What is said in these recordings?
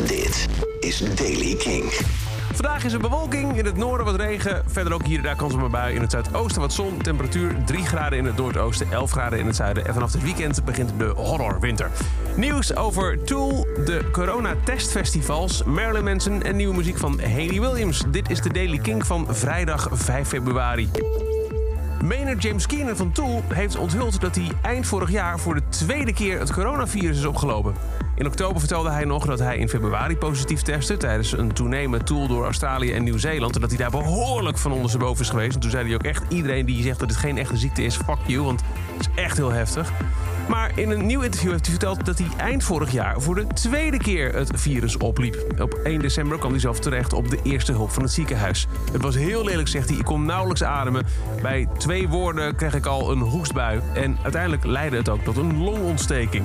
Dit is Daily King. Vandaag is er bewolking, in het noorden wat regen. Verder ook hier en daar kans op een bui. In het zuidoosten wat zon. Temperatuur 3 graden in het noordoosten, 11 graden in het zuiden. En vanaf het weekend begint de horrorwinter. Nieuws over Tool, de corona-testfestivals, Marilyn Manson en nieuwe muziek van Hayley Williams. Dit is de Daily King van vrijdag 5 februari. Maynard James Keenan van Tool heeft onthuld dat hij eind vorig jaar voor de tweede keer het coronavirus is opgelopen. In oktober vertelde hij nog dat hij in februari positief testte tijdens een tournee met Tool door Australië en Nieuw-Zeeland. En dat hij daar behoorlijk van ondersteboven is geweest. En toen zei hij ook echt, iedereen die zegt dat het geen echte ziekte is, fuck you, want het is echt heel heftig. Maar in een nieuw interview heeft hij verteld dat hij eind vorig jaar voor de tweede keer het virus opliep. Op 1 december kwam hij zelf terecht op de eerste hulp van het ziekenhuis. Het was heel lelijk, zegt hij. Ik kon nauwelijks ademen. Bij 2 woorden kreeg ik al een hoestbui. En uiteindelijk leidde het ook tot een longontsteking.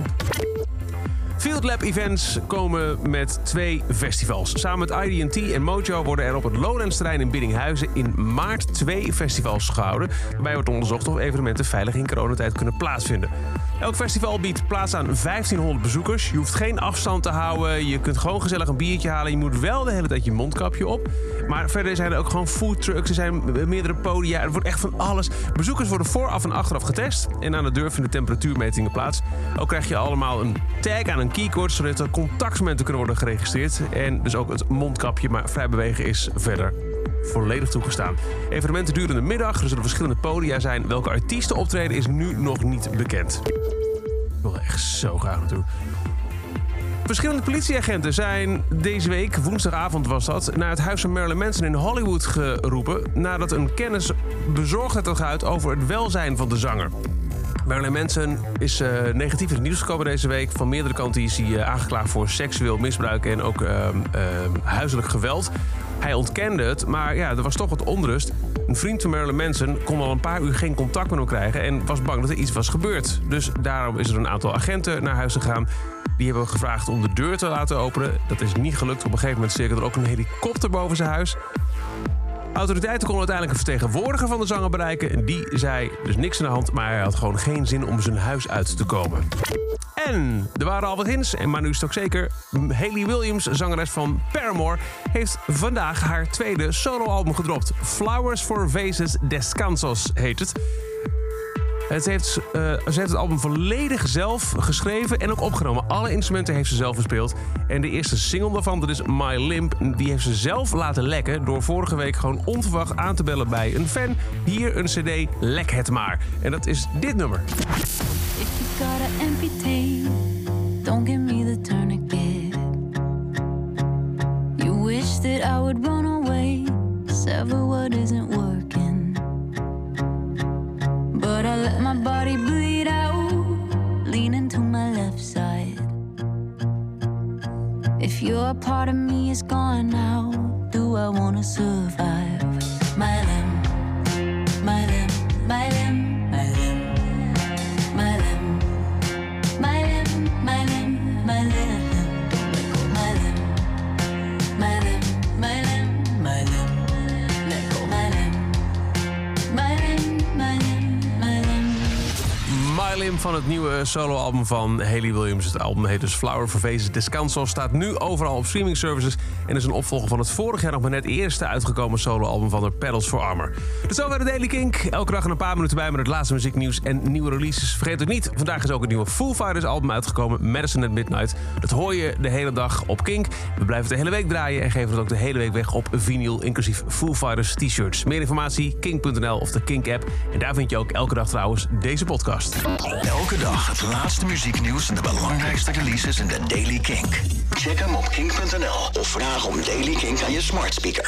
Field Lab Events komen met 2 festivals. Samen met ID&T en Mojo worden er op het Lowlands-terrein in Biddinghuizen in maart 2 festivals gehouden. Waarbij wordt onderzocht of evenementen veilig in coronatijd kunnen plaatsvinden. Elk festival biedt plaats aan 1500 bezoekers. Je hoeft geen afstand te houden. Je kunt gewoon gezellig een biertje halen. Je moet wel de hele tijd je mondkapje op. Maar verder zijn er ook gewoon foodtrucks. Er zijn meerdere podia. Er wordt echt van alles. Bezoekers worden vooraf en achteraf getest. En aan de deur vinden temperatuurmetingen plaats. Ook krijg je allemaal een tag aan een keycord, zodat er contactmomenten kunnen worden geregistreerd. En dus ook het mondkapje, maar vrij bewegen is verder volledig toegestaan. Evenementen duren de middag. Er zullen verschillende podia zijn. Welke artiesten optreden is nu nog niet bekend. Ik wil echt zo graag naartoe. Verschillende politieagenten zijn deze week, woensdagavond was dat, naar het huis van Marilyn Manson in Hollywood geroepen nadat een kennis bezorgdheid had geuit over het welzijn van de zanger. Marilyn Manson is negatief in het nieuws gekomen deze week. Van meerdere kanten is hij aangeklaagd voor seksueel misbruik en ook huiselijk geweld. Hij ontkende het, maar ja, er was toch wat onrust. Een vriend van Marilyn Manson kon al een paar uur geen contact met hem krijgen en was bang dat er iets was gebeurd. Dus daarom is er een aantal agenten naar huis gegaan. Die hebben gevraagd om de deur te laten openen. Dat is niet gelukt. Op een gegeven moment cirkelde er ook een helikopter boven zijn huis. Autoriteiten konden uiteindelijk een vertegenwoordiger van de zanger bereiken. En die zei dus niks aan de hand, maar hij had gewoon geen zin om zijn huis uit te komen. En er waren al wat hints, maar nu is het ook zeker. Hayley Williams, zangeres van Paramore, heeft vandaag haar tweede soloalbum gedropt. Flowers for Vases Descansos heet het. Ze heeft het album volledig zelf geschreven en ook opgenomen. Alle instrumenten heeft ze zelf gespeeld. En de eerste single daarvan, dat is My Limp, die heeft ze zelf laten lekken door vorige week gewoon onverwacht aan te bellen bij een fan. Hier een cd, lek het maar. En dat is dit nummer. If you gotta amputate, don't give me the tourniquet. You wish that I would run away, sever what isn't working. But I let my body bleed out, leaning to my left side. If your part of me is gone now, do I wanna survive? My limb, my limb, my limb, my limb, my limb, my limb, my limb, my limb. Don't let go, my limb, my limb, my limb, my limb. Let go, my limb, my limb, my limb. My Limb van het nieuwe soloalbum van Hayley Williams. Het album heet dus Flower for Vases Descansos. Staat nu overal op streaming services en is een opvolger van het vorig jaar nog maar net eerste uitgekomen soloalbum van de Pedals for Armor. Dus zo weer de Daily Kink. Elke dag een paar minuten bij met het laatste muzieknieuws en nieuwe releases. Vergeet het niet, vandaag is ook een nieuwe Foo Fighters album uitgekomen, Medicine at Midnight. Dat hoor je de hele dag op Kink. We blijven het de hele week draaien en geven het ook de hele week weg op vinyl, inclusief Foo Fighters t-shirts. Meer informatie, kink.nl of de Kink app. En daar vind je ook elke dag trouwens deze podcast. Elke dag het laatste muzieknieuws en de belangrijkste releases in de Daily King. Check hem op kink.nl of vraag om Daily King aan je smart speaker.